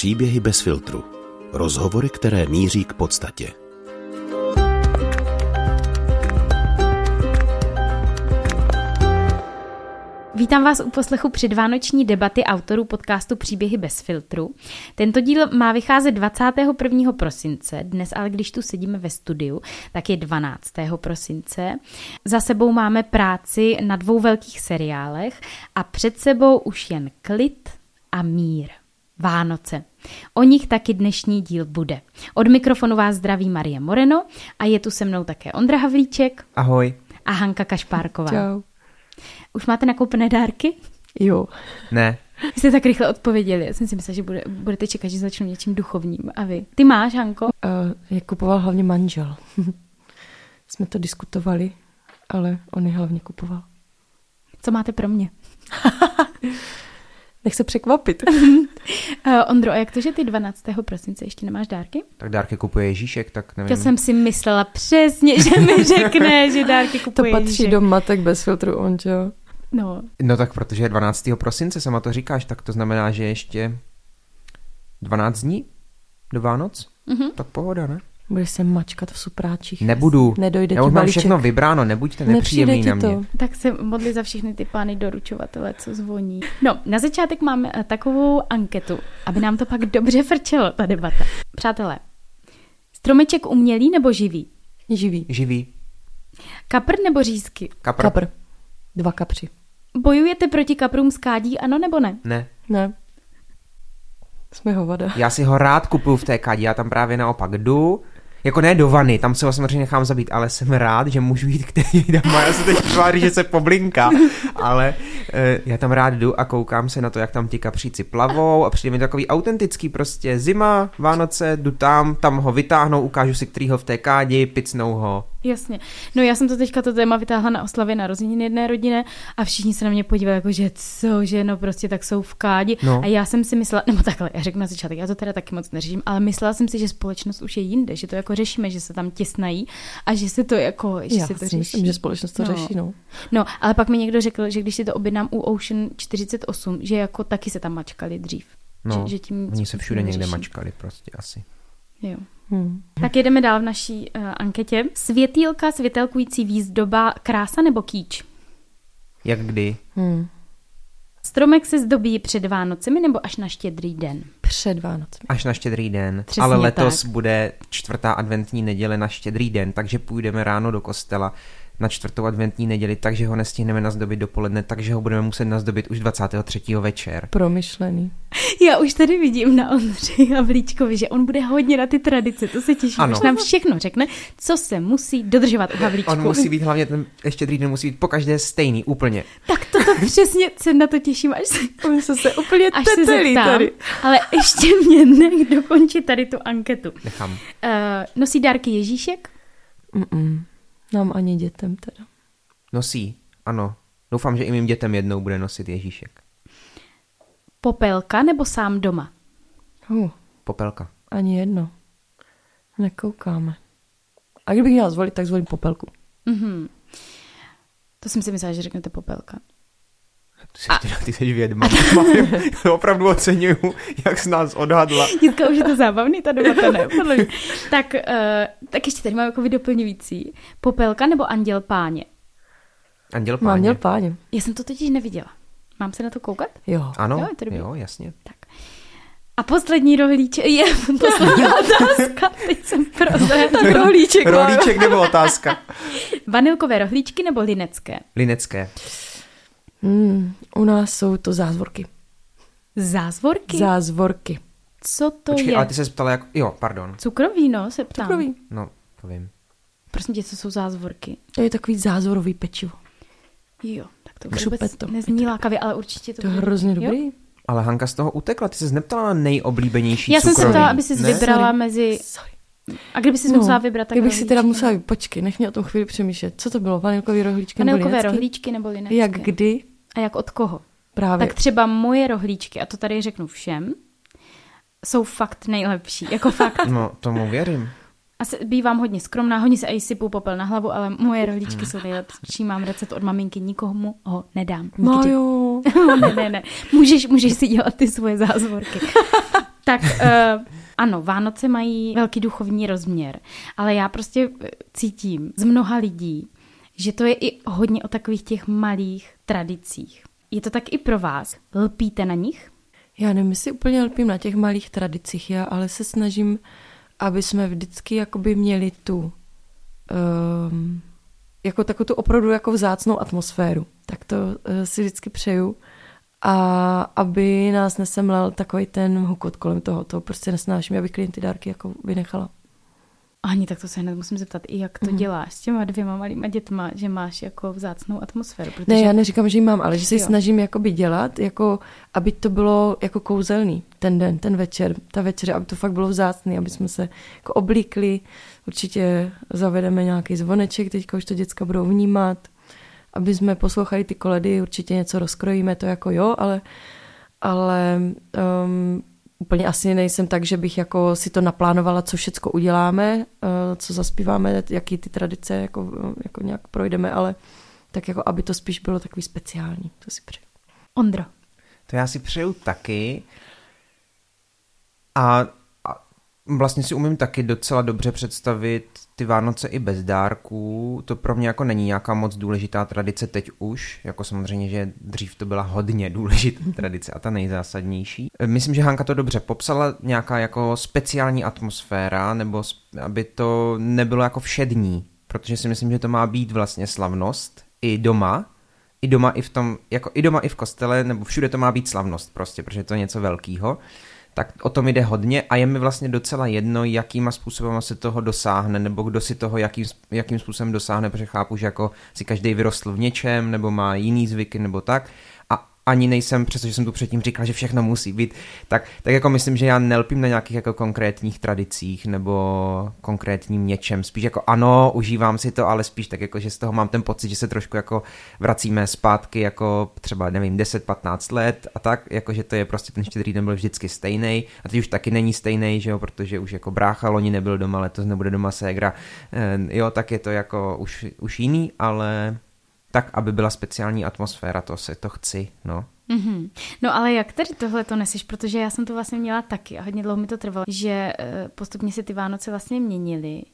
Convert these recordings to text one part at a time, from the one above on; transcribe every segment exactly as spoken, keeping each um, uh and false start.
Příběhy bez filtru. Rozhovory, které míří k podstatě. Vítám vás u poslechu předvánoční debaty autorů podcastu Příběhy bez filtru. Tento díl má vycházet dvacátého prvního prosince, dnes ale když tu sedíme ve studiu, tak je dvanáctého prosince. Za sebou máme práci na dvou velkých seriálech a před sebou už jen klid a mír. Vánoce. O nich taky dnešní díl bude. Od mikrofonu vás zdraví Marie Moreno a je tu se mnou také Ondra Havlíček. Ahoj. A Hanka Kašpárková. Čau. Už máte nakoupené dárky? Jo. Ne. Vy jste tak rychle odpověděli. Já jsem si myslela, že bude, budete čekat, že začnu něčím duchovním. A vy? Ty máš, Hanko? Uh, je kupoval hlavně manžel. Jsme to diskutovali, ale on je hlavně kupoval. Co máte pro mě? Nech se překvapit. uh, Ondro, a jak to, že ty dvanáctého prosince ještě nemáš dárky? Tak dárky kupuje Ježíšek, tak nevím. Já jsem si myslela přesně, že mi řekne, že dárky kupuje To patří Ježíšek. do matek bez filtru, Ondřo. No. No tak protože je dvanáctého prosince, sama to říkáš, tak to znamená, že ještě dvanáct dní do Vánoc? Mm-hmm. Tak pohoda, ne? Budeš se mačkat v supráčích. Nebudu. Nedojde Já ti už mám balíček. všechno vybráno, nebuďte nepříjemný Nepřijde na ti mě. to. Tak se modli za všechny ty pány doručovatele, co zvoní. No, na začátek máme takovou anketu, aby nám to pak dobře frčelo, ta debata. Přátelé, stromeček umělý nebo živý? Živý. Živý. Kapr nebo řízky? Kapr. Kapr. Dva kapři. Bojujete proti kaprům z kádí, ano nebo ne? Ne. Ne. Jsme hovada. Já si ho rád kupuju v té kádě, já tam právě naopak jdu. Jako ne do vany, tam se ho samozřejmě nechám zabít, ale jsem rád, že můžu jít k té dama. Já se teď tváří, že se poblinká, ale e, já tam rád jdu a koukám se na to, jak tam ti kapříci plavou a přijde mi takový autentický prostě zima, Vánoce, jdu tam, tam ho vytáhnou, ukážu si, kterýho v té kádi, picnou ho. Jasně. No já jsem to teďka to téma vytáhla na oslavě narozenin jedné rodiny a všichni se na mě podívali jako, že co, že no prostě tak jsou v kádi. No. A já jsem si myslela, nebo takhle, já řeknu na začátek, já to teda taky moc neřeším, ale myslela jsem si, že společnost už je jinde, že to jako řešíme, že se tam těsnají a že se to jako, že Já se to si řeší. myslím, že společnost to No. řeší, no. No, ale pak mi někdo řekl, že když si to objednám u Ocean čtyřicet osm, že jako taky se tam mačkali dřív. No, že, že tím oni se všude někde neřeší. mačkali prostě asi. Jo. Hmm. Tak jedeme dál v naší uh, anketě. Světýlka, světelkující výzdoba, krása nebo kýč? Jak kdy? Hmm. Stromek se zdobí před Vánocemi nebo až na Štědrý den? Před Vánocemi. Až na Štědrý den. Přesně Ale letos tak. bude čtvrtá adventní neděle na Štědrý den, takže půjdeme ráno do kostela na čtvrtou adventní neděli, takže ho nestihneme nazdobit dopoledne, takže ho budeme muset nazdobit už dvacátého třetího večer. Promyšlený. Já už tady vidím na Ondři Havlíčkovi, že on bude hodně na ty tradice, to se těším, Ano. až nám všechno řekne, co se musí dodržovat u Havlíčku. On musí být hlavně ten Štědrý den musí být pokaždé stejný, úplně. Tak toto přesně se na to těším, až se, Oni se se úplně až se tetelí zeptám, tady. ale ještě mě nech dokončit tady tu anketu. Nechám. Uh, nosí dárky Ježíšek? Mm-mm. Nám ani dětem teda. Nosí, ano. Doufám, že i mým dětem jednou bude nosit Ježíšek. Popelka nebo sám doma? Uh, Popelka. ani jedno. Nekoukáme. A kdybych měla zvolit, tak zvolím popelku. Mhm. To jsem si myslela, že řeknete popelka. Ty jsi, ty, ty jsi vědma. Opravdu oceňuju, jak jsi nás odhadla. Jitka, už je to zábavný, ta debata, ne? Podle mě. Tak, uh, tak ještě tady mám jako doplňující. Popelka nebo anděl páně? Anděl Mám páně. měl páně. Já jsem to totiž neviděla. Mám se na to koukat? Jo. Ano, Jo, je to dobrý. jo, jasně. Tak. A poslední rohlíček je poslední otázka. Teď jsem prozradila. Tak rohlíček. Rohlíček nebo otázka? Vanilkové rohlíčky nebo linecké? Linecké. Mm, u nás jsou to zázvorky. Zázvorky? Zázvorky. Co to Počkej, je? ale ty se ptala jak... Jo, pardon. Cukroví, no, se ptám. Cukrový. No, to vím. Prosím tě, co jsou zázvorky? To je takový zázorový pečivo. Jo, tak to vůbec Křupeto. nezní lákavě, ale určitě to To je bude- hrozně jo? dobrý. Ale Hanka z toho utekla, ty se neptala na nejoblíbenější Já jsem se cukroví. ptala, aby jsi Ne? vybrala Sorry. mezi... Sorry. A kdyby jsi No, musela vybrat, tak kdybych si teda rohlíčky musela... nebo- Počkej, nech mě o tom chvíli přemýšlet. Co to bylo? Vanilkový rohlíčky nebo Vanilkové linecký? rohlíčky nebo linecké? Jak kdy? A jak od koho? Právě. Tak třeba moje rohlíčky, a to tady řeknu všem, jsou fakt nejlepší. Jako fakt. No, tomu věřím. A se, bývám hodně skromná, hodně se aj sypu popel na hlavu, ale moje rohlíčky jsou nejlepší. Mám recept od maminky, nikomu ho nedám. Nikdy. Majo. ne, ne, ne. Můžeš, můžeš si dělat ty svoje zázvorky. Tak uh, ano, Vánoce mají velký duchovní rozměr, ale já prostě cítím z mnoha lidí, že to je i hodně o takových těch malých tradicích. Je to tak i pro vás? Lpíte na nich? Já nevím, jestli úplně lpím na těch malých tradicích, já ale se snažím, aby jsme vždycky jakoby měli tu um, jako takovou tu opravdu jako vzácnou atmosféru. Tak to uh, si vždycky přeju. A aby nás nesemlel takový ten hukot kolem toho. To prostě nesnáším, abych klienty dárky jako vynechala. Ani tak to se hned musím zeptat, i jak to mm. děláš s těma dvěma malýma dětma, že máš jako vzácnou atmosféru. Protože... Ne, já neříkám, že ji mám, ale že se ji jo. snažím jakoby dělat, jako, aby to bylo jako kouzelný ten den, ten večer, ta večeře, aby to fakt bylo vzácný, aby jsme se jako oblíkli. Určitě zavedeme nějaký zvoneček, teďka už to děcka budou vnímat, aby jsme poslouchali ty koledy, určitě něco rozkrojíme, to jako jo, ale, ale um, úplně asi nejsem tak, že bych jako si to naplánovala, co všecko uděláme, uh, co zaspíváme, jaký ty tradice jako, jako nějak projdeme, ale tak jako, aby to spíš bylo takový speciální, to si přeju. Ondro. To já si přeju taky a, a vlastně si umím taky docela dobře představit ty Vánoce i bez dárků. To pro mě jako není nějaká moc důležitá tradice teď už, jako samozřejmě, že dřív to byla hodně důležitá tradice a ta nejzásadnější. Myslím, že Hanka to dobře popsala, nějaká jako speciální atmosféra, nebo aby to nebylo jako všední, protože si myslím, že to má být vlastně slavnost i doma, i doma i v tom, jako i doma i v kostele, nebo všude to má být slavnost prostě, protože to je něco velkýho. Tak o tom jde hodně a je mi vlastně docela jedno, jakýma způsobem se toho dosáhne, nebo kdo si toho jakým, jakým způsobem dosáhne, protože chápu, že jako si každý vyrostl v něčem, nebo má jiný zvyky, nebo tak. A ani nejsem, přestože jsem tu předtím říkal, že všechno musí být, tak, tak jako myslím, že já nelpím na nějakých jako konkrétních tradicích, nebo konkrétním něčem. Spíš jako ano, užívám si to, ale spíš tak jako, že z toho mám ten pocit, že se trošku jako vracíme zpátky, jako třeba, nevím, deset patnáct let a tak, jako že to je prostě ten Štědrý den byl vždycky stejnej a teď už taky není stejnej, že jo, protože už jako brácha loni nebyl doma, letos nebude doma ségra, e, jo, tak je to jako už, už jiný, ale... tak, aby byla speciální atmosféra, to se to chci, no. Mm-hmm. No ale jak tady tohle to neseš, protože já jsem to vlastně měla taky a hodně dlouho mi to trvalo, že postupně se ty Vánoce vlastně měnily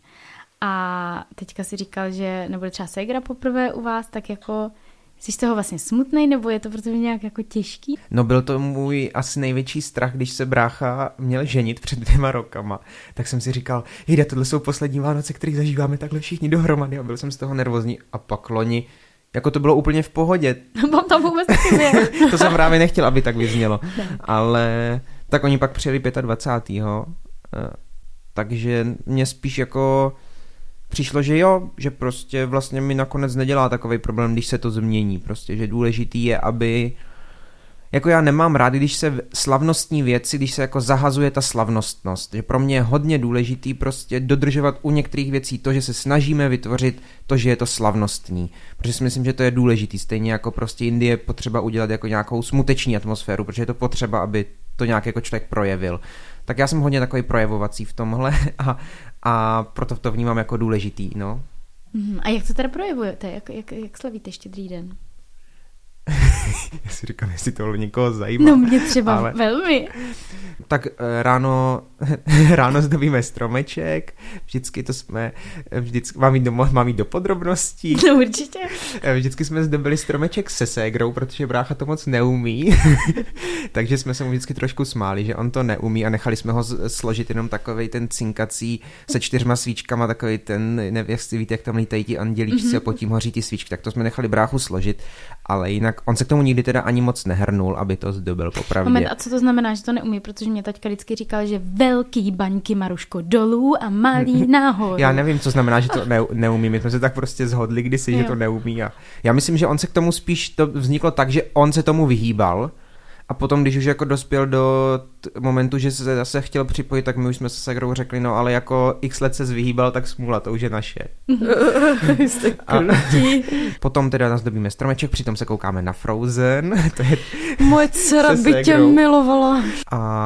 a teďka si říkal, že nebude třeba ségra poprvé u vás, tak jako jsi z toho vlastně smutnej, nebo je to pro tebe nějak jako těžký? No byl to můj asi největší strach, když se brácha měl ženit před dvěma rokama, tak jsem si říkal, jde, tohle jsou poslední Vánoce, které zažíváme takhle všichni dohromady a byl jsem z toho nervózní a pak loni jako to bylo úplně v pohodě. Mám tam vůbec taky To jsem právě nechtěl, aby tak vyznělo. Ale tak oni pak přijeli dvacátého pátého Takže mě spíš jako přišlo, že jo, že prostě vlastně mi nakonec nedělá takový problém, když se to změní. Prostě, že důležitý je, aby... Jako já nemám rád, když se slavnostní věci, když se jako zahazuje ta slavnostnost. Že pro mě je hodně důležitý prostě dodržovat u některých věcí to, že se snažíme vytvořit to, že je to slavnostní. Protože si myslím, že to je důležitý. Stejně jako prostě jindy je potřeba udělat jako nějakou smuteční atmosféru, protože je to potřeba, aby to nějak jako člověk projevil. Tak já jsem hodně takový projevovací v tomhle a, a proto to vnímám jako důležitý, no. A jak to teda projevujete? Jak, jak, jak slavíte Štědrý den? Já si říkám, jestli to někoho zajímá. No mě třeba ale... velmi. Tak ráno, ráno zdobíme stromeček, vždycky to jsme, vždycky, mám jít do, mám jít do podrobností. No určitě. Vždycky jsme zdobili stromeček se ségrou, protože brácha to moc neumí, takže jsme se mu vždycky trošku smáli, že on to neumí a nechali jsme ho složit jenom takovej ten cinkací se čtyřma svíčkama, takovej ten, nevím, jestli víte, jak tam lítají ti andělíčci mm-hmm. a pod tím hoří ty svíčky, tak to jsme nechali bráchu složit, ale jinak on se k tomu nikdy teda ani moc nehrnul, aby to zdobil popravdě. Moment, a co to znamená, že to neumí, protože mě taťka vždycky říkal, že velký baňky, Maruško, dolů a malý nahoru. Já nevím, co znamená, že to ne, neumí. My jsme se tak prostě zhodli kdysi, jo. Že to neumí. A já myslím, že on se k tomu spíš, to vzniklo tak, že on se tomu vyhýbal a potom, když už jako dospěl do t- momentu, že se zase chtěl připojit, tak my už jsme se segrou řekli, no ale jako x let se vyhýbal, tak smůla, to už je naše. A potom teda nazdobíme stromeček, přitom se koukáme na Frozen. To je moje dcera by tě milovala. A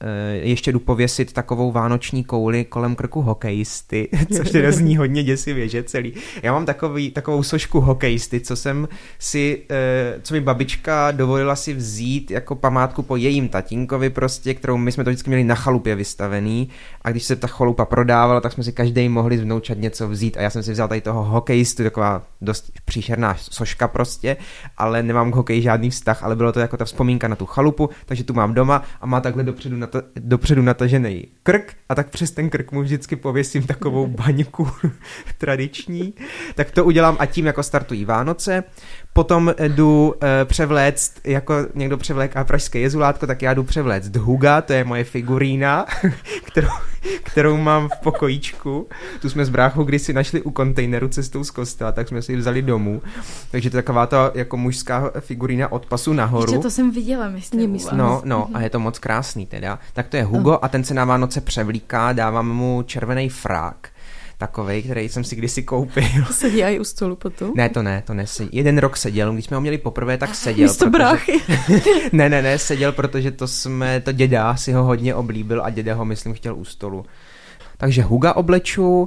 ještě jdu pověsit takovou vánoční kouli kolem krku hokejisty, což teda zní hodně děsivě, že celý. Já mám takový, takovou sošku hokejisty, co jsem si, co mi babička dovolila si vzít jako památku po jejím tatínkovi prostě, kterou my jsme to vždycky měli na chalupě vystavený a když se ta chalupa prodávala, tak jsme si každý mohli z vnoučat něco vzít a já jsem si vzal tady toho hokejistu, taková dost příšerná soška prostě, ale nemám k hokeji žádný vztah, ale bylo to jako ta vzpomínka na tu chalupu, takže tu mám doma a má takhle dopředu, nata- dopředu natažený krk a tak přes ten krk mu vždycky pověsím takovou baňku tradiční, tak to udělám a tím jako startují Vánoce. Potom jdu e, převléct, jako někdo převléká pražské jezulátko, tak já jdu převléct Huga, to je moje figurína, kterou, kterou mám v pokojíčku. Tu jsme s bráchou kdysi našli u kontejneru cestou z kostela, tak jsme si ji vzali domů. Takže to je taková ta jako mužská figurína od pasu nahoru. Ještě to jsem viděla, myslím. No, no, a je to moc krásný teda. Tak to je Hugo a ten se na Vánoce převlíká, dávám mu červený frak. Takovej, který jsem si kdysi koupil. Sedí i u stolu potom? Ne, to ne, to nesedí. Jeden rok seděl, když jsme ho měli poprvé, tak seděl. Místo protože... bráchy. ne, ne, ne, seděl, protože to jsme, to děda si ho hodně oblíbil a děda ho, myslím, chtěl u stolu. Takže Huga obleču,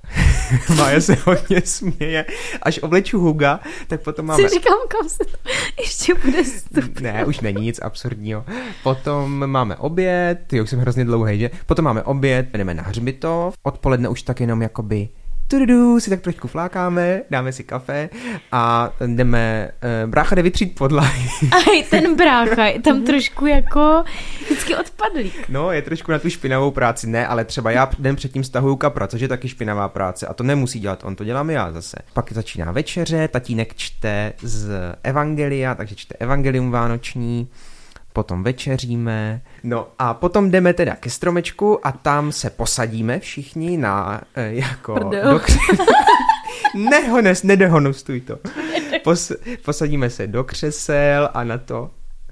Mája se hodně směje. Až obleču Huga, tak potom máme... Si říkám, kam se to ještě bude stupňovat. Ne, už není nic absurdního. Potom máme oběd, ty už jsem hrozně dlouhej, že? Potom máme oběd, jdeme na hřbitov, odpoledne už tak jenom jakoby tududu, si tak trošku flákáme, dáme si kafe a jdeme, uh, brácha jde vytřít podlahy. Aj ten brácha je tam trošku jako vždycky odpadlík. No, je trošku na tu špinavou práci, ne, ale třeba já den předtím stahuju kapra, což je taky špinavá práce a to nemusí dělat on, to dělám já zase. Pak začíná večeře, tatínek čte z Evangelia, takže čte Evangelium vánoční. Potom večeříme, no a potom jdeme teda ke stromečku a tam se posadíme všichni na e, jako... Do kře- Nehones, nedehonestuj to. Pos, posadíme se do křesel a na to,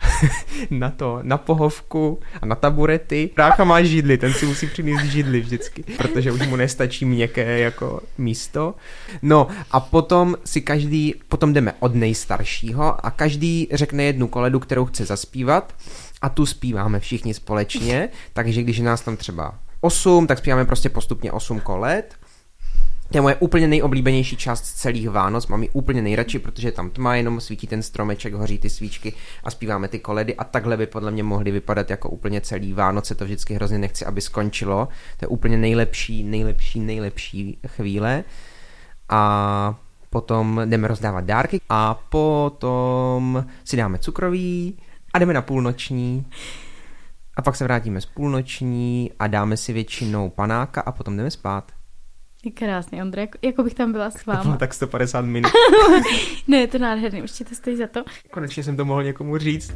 na to, na pohovku a na taburety. Brácha má židli, ten si musí přinést židli vždycky, protože už mu nestačí měkké jako místo. No a potom si každý, potom jdeme od nejstaršího a každý řekne jednu koledu, kterou chce zaspívat a tu zpíváme všichni společně, takže když je nás tam třeba osm, tak zpíváme prostě postupně osm koled. To je moje úplně nejoblíbenější část celých Vánoc, mám ji úplně nejradši, protože tam tma, jenom svítí ten stromeček, hoří ty svíčky a zpíváme ty koledy a takhle by podle mě mohly vypadat jako úplně celý Vánoce, to vždycky hrozně nechci, aby skončilo, to je úplně nejlepší, nejlepší, nejlepší chvíle a potom jdeme rozdávat dárky a potom si dáme cukroví a jdeme na půlnoční a pak se vrátíme z půlnoční a dáme si většinou panáka a potom jdeme spát. Krásný, Ondra, jako, jako bych tam byla s váma. To bylo tak sto padesát minut. Ne, je to nádherný, určitě to stojí za to. Konečně jsem to mohl někomu říct.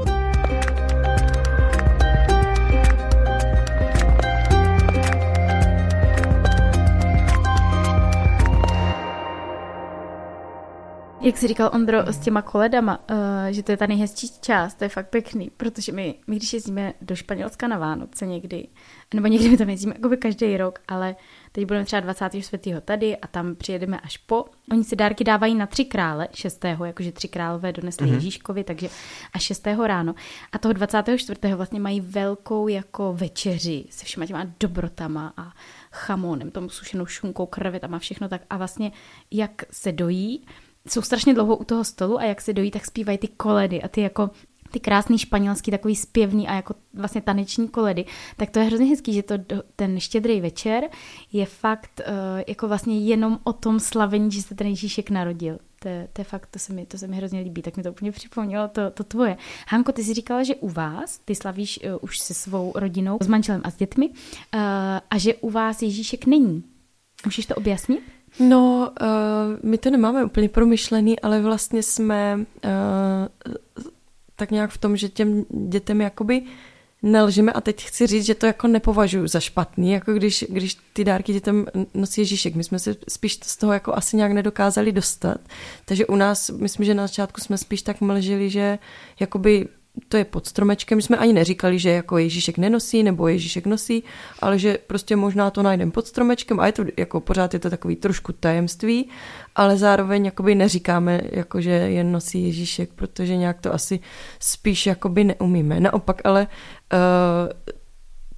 Jak jsi říkal, Ondro, s těma koledama, uh, že to je ta nejhezčí část, to je fakt pěkný, protože my, my když jezdíme do Španělska na Vánoce někdy, nebo někdy my tam jezdíme jakoby každý rok, ale teď budeme třeba dvacátého čtvrtého tady a tam přijedeme až po. Oni si dárky dávají na tři krále, šestého jakože tři králové donesli mm-hmm. Ježíškovi, takže až šestého ráno. A toho dvacátého čtvrtého vlastně mají velkou jako večeři se všema těma dobrotama a chamonem, tomu sušenou šunkou, krevetama, všechno tak. A vlastně jak se dojí, jsou strašně dlouho u toho stolu a jak se dojí, tak zpívají ty koledy a ty jako ty krásný španělský, takový zpěvný a jako vlastně taneční koledy, tak to je hrozně hezký, že to ten štědrý večer je fakt uh, jako vlastně jenom o tom slavení, že se ten Ježíšek narodil. To je, to je fakt, to se, mi, to se mi hrozně líbí, tak mi to úplně připomnělo to, to tvoje. Hanko, ty jsi říkala, že u vás, ty slavíš uh, už se svou rodinou, s manželem a s dětmi uh, a že u vás Ježíšek není. Můžeš to objasnit? No, uh, my to nemáme úplně promyšlený, ale vlastně jsme uh, tak nějak v tom, že těm dětem jakoby nelžeme a teď chci říct, že to jako nepovažuji za špatný, jako když, když ty dárky dětem nosí Ježíšek. My jsme se spíš z toho jako asi nějak nedokázali dostat, takže u nás, myslím, že na začátku jsme spíš tak mlžili, že jakoby to je pod stromečkem. My jsme ani neříkali, že jako Ježíšek nenosí nebo Ježíšek nosí, ale že prostě možná to najdeme pod stromečkem a je to jako pořád je to takový trošku tajemství, ale zároveň jakoby neříkáme, jako že jen nosí Ježíšek, protože nějak to asi spíš jakoby neumíme. Naopak, ale uh,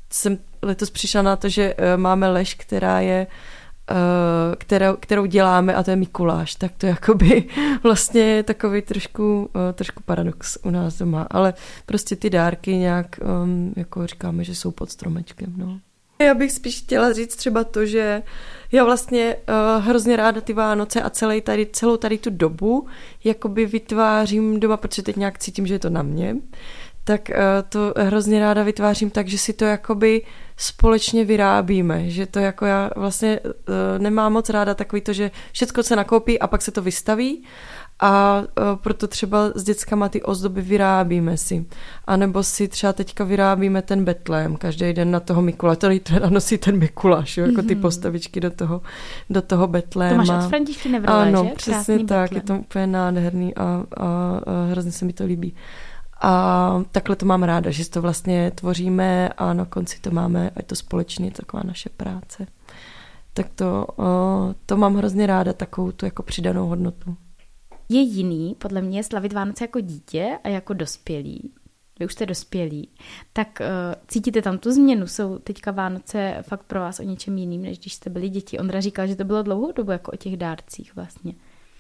jsem letos přišla na to, že máme lež, která je Kterou, kterou děláme a to je Mikuláš, tak to jakoby vlastně je takový trošku, trošku paradox u nás doma, ale prostě ty dárky nějak um, jako říkáme, že jsou pod stromečkem, no. Já bych spíš chtěla říct třeba to, že já vlastně uh, hrozně ráda ty Vánoce a celý tady, celou tady tu dobu jakoby vytvářím doma, protože teď nějak cítím, že je to na mě, tak uh, to hrozně ráda vytvářím tak, že si to jakoby společně vyrábíme, že to jako já vlastně uh, nemám moc ráda takový to, že všecko se nakoupí a pak se to vystaví a uh, proto třeba s dětskama ty ozdoby vyrábíme si. A nebo si třeba teďka vyrábíme ten betlém každý den na toho Mikuláše, který teda nosí ten Mikuláš, jo, jako ty postavičky do toho, do toho betléma. To máš od Františky Nevrlé, ano, že? Ano, přesně Krásný tak, betlém. je to úplně nádherný a, a, a hrozně se mi to líbí. A takhle to mám ráda, že to vlastně tvoříme a na konci to máme, ať to společně, taková naše práce. Tak to, to mám hrozně ráda, takovou tu jako přidanou hodnotu. Je jiný, podle mě, slavit Vánoce jako dítě a jako dospělí. Vy už jste dospělí. Tak uh, cítíte tam tu změnu? Jsou teďka Vánoce fakt pro vás o něčem jiným, než když jste byli děti? Ondra říkal, že to bylo dlouhou dobu jako o těch dárcích vlastně.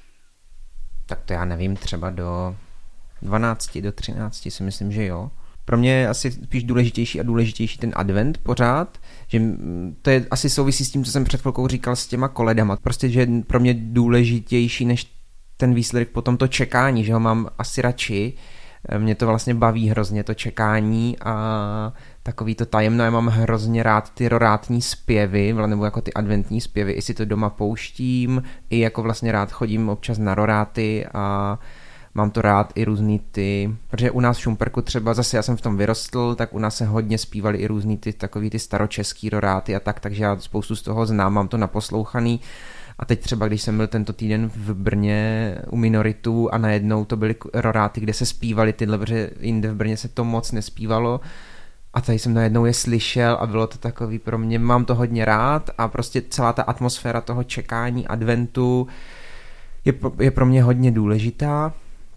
Tak to já nevím, třeba do dvanácti, do třinácti si myslím, že jo. Pro mě je asi spíš důležitější a důležitější ten advent pořád, že to je asi souvisí s tím, co jsem před chvilkou říkal s těma koledama. Prostě, že je pro mě důležitější než ten výsledek potom to čekání, že ho mám asi radši. Mě to vlastně baví hrozně to čekání a takový to tajemno. Já mám hrozně rád ty rorátní zpěvy, nebo jako ty adventní zpěvy, i si to doma pouštím, i jako vlastně rád chodím občas na roráty a mám to rád i různý ty, protože u nás v Šumperku třeba, zase já jsem v tom vyrostl, tak u nás se hodně zpívali i různý ty takový ty staročeský roráty a tak, takže já spoustu z toho znám, mám to naposlouchaný. A teď třeba, když jsem byl tento týden v Brně u minoritů a najednou to byly roráty, kde se zpívaly tyhle, protože jinde v Brně se to moc nespívalo a tady jsem najednou je slyšel a bylo to takový pro mě, mám to hodně rád a prostě celá ta atmosféra toho čekání, adventu je, je pro mě hodně důležitá.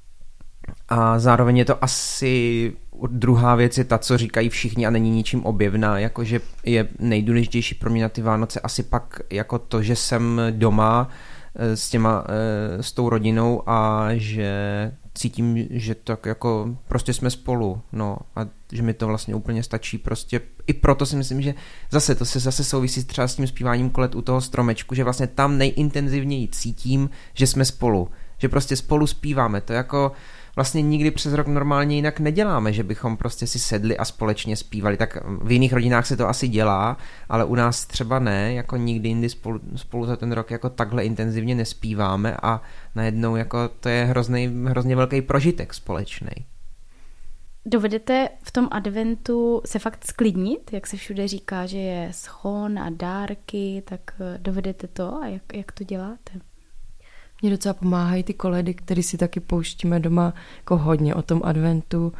A zároveň je to asi druhá věc je ta, co říkají všichni a není ničím objevná, jakože je nejdůležitější pro mě na ty Vánoce asi pak jako to, že jsem doma s těma, s tou rodinou a že cítím, že tak jako prostě jsme spolu, no a že mi to vlastně úplně stačí prostě. I proto si myslím, že zase to se zase souvisí třeba s tím zpíváním kolet u toho stromečku, že vlastně tam nejintenzivněji cítím, že jsme spolu, že prostě spolu zpíváme, to jako vlastně nikdy přes rok normálně jinak neděláme, že bychom prostě si sedli a společně zpívali, tak v jiných rodinách se to asi dělá, ale u nás třeba ne, jako nikdy jindy spolu, spolu za ten rok jako takhle intenzivně nespíváme a najednou jako to je hrozný, hrozně velký prožitek společný. Dovedete v tom adventu se fakt sklidnit, jak se všude říká, že je schon a dárky, tak dovedete to a jak, jak to děláte? Mně docela pomáhají ty koledy, které si taky pouštíme doma jako hodně o tom adventu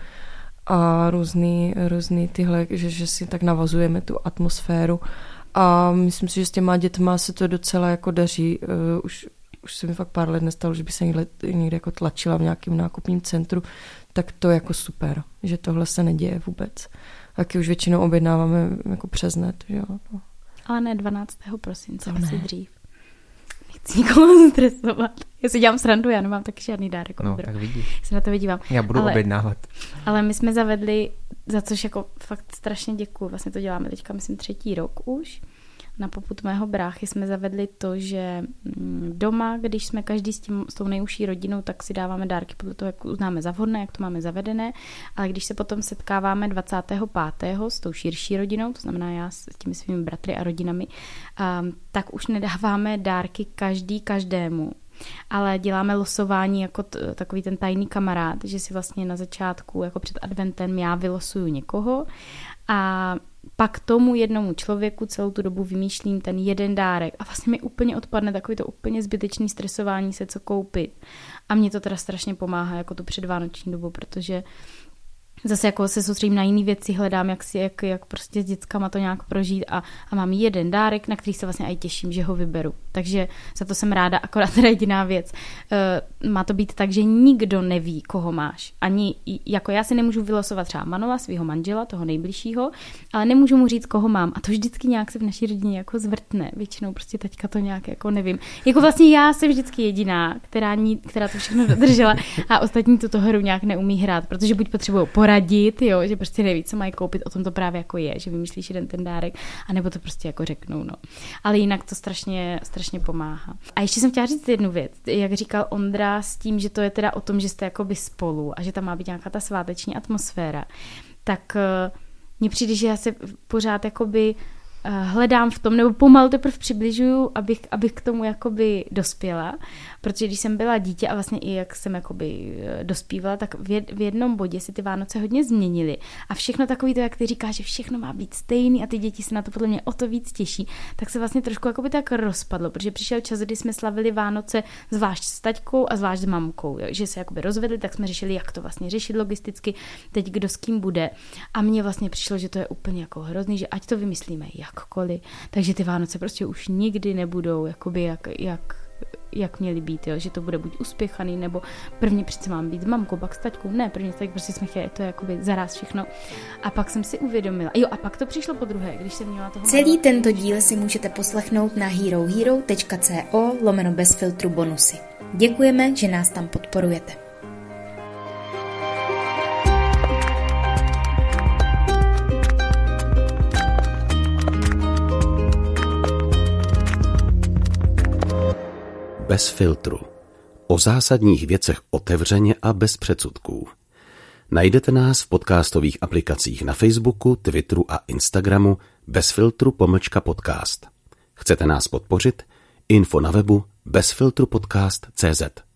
a různý, různý tyhle, že, že si tak navazujeme tu atmosféru a myslím si, že s těma dětma se to docela jako daří. Uh, už, už se mi fakt pár let nestalo, že by se někde, někde jako tlačila v nějakém nákupním centru, tak to je jako super, že tohle se neděje vůbec. Taky už většinou objednáváme jako přes net. Jo? No. Ale ne dvanáctého prosince, to asi ne. dřív. Nechci nikoho stresovat. Já si dělám srandu, já nemám taky žádný dárek. No, tak vidíš. Se na to vydívám. Já budu ale, objednávat. Ale my jsme zavedli, za což jako fakt strašně děkuju, vlastně to děláme teďka, myslím, třetí rok už. Na popud mého bráchy jsme zavedli to, že doma, když jsme každý s, tím, s tou nejužší rodinou, tak si dáváme dárky podle toho, jak uznáme za vhodné, jak to máme zavedené, ale když se potom setkáváme dvacátého pátého s tou širší rodinou, to znamená já s těmi svými bratry a rodinami, um, tak už nedáváme dárky každý každému, ale děláme losování jako t- takový ten tajný kamarád, že si vlastně na začátku, jako před adventem, já vylosuju někoho a pak tomu jednomu člověku celou tu dobu vymýšlím ten jeden dárek a vlastně mi úplně odpadne takový to úplně zbytečný stresování se, co koupit. A mě to teda strašně pomáhá jako tu předvánoční dobu, protože zase jako se soustředím na jiné věci, hledám, jak, si, jak, jak prostě s dětskama to nějak prožít a, a mám jeden dárek, na který se vlastně i těším, že ho vyberu. Takže za to jsem ráda, akorát teda jediná věc. E, má to být tak, že nikdo neví, koho máš. Ani, jako já si nemůžu vylosovat třeba Manova, svého manžela, toho nejbližšího, ale nemůžu mu říct, koho mám. A to vždycky nějak se v naší rodině jako zvrtne. Většinou prostě teďka to nějak jako nevím. Jako vlastně já jsem vždycky jediná, která, ní, která to všechno dodržela a ostatní tuto hru nějak neumí hrát, protože buď potřebují poradit, jo, že prostě neví, co mají koupit, o tom to právě jako je, že vymyslíš jeden ten dárek, anebo to prostě jako řeknou, no. Ale jinak to strašně, strašně pomáhá. A ještě jsem chtěla říct jednu věc, jak říkal Ondra s tím, že to je teda o tom, že jste jakoby spolu a že tam má být nějaká ta sváteční atmosféra, tak mně přijde, že já se pořád jakoby hledám v tom, nebo pomalu teprve přibližuju, abych, abych k tomu jakoby dospěla, protože když jsem byla dítě a vlastně i jak jsem jakoby dospívala, tak v jednom bodě si ty Vánoce hodně změnily a všechno takový to, jak ty říkáš, že všechno má být stejný a ty děti se na to podle mě o to víc těší, tak se vlastně trošku jakoby tak rozpadlo, protože přišel čas, kdy jsme slavili Vánoce zvlášť s taťkou a zvlášť s mamkou, jo, že se jakoby rozvedli, tak jsme řešili, jak to vlastně řešit logisticky, teď kdo s kým bude a mně vlastně přišlo, že to je úplně jako hrozný, že ať to vymyslíme jakkoliv, takže ty Vánoce prostě už nikdy nebudou jakoby jak, jak, jak měly být, jo? Že to bude buď uspěchaný, nebo první přece mám být s mamkou, pak s taťkou, ne, první tak prostě jsme chtěli to jakoby zaraz všechno. A pak jsem si uvědomila, jo a pak to přišlo po druhé, když jsem měla toho... Celý tento díl si můžete poslechnout na herohero tečka co lomeno bez filtru bonusy. Děkujeme, že nás tam podporujete. Bez filtru. O zásadních věcech otevřeně a bez předsudků. Najdete nás v podcastových aplikacích na Facebooku, Twitteru a Instagramu bez filtru pomlčka podcast. Chcete nás podpořit? Info na webu bezfiltrupodcast tečka cé zet.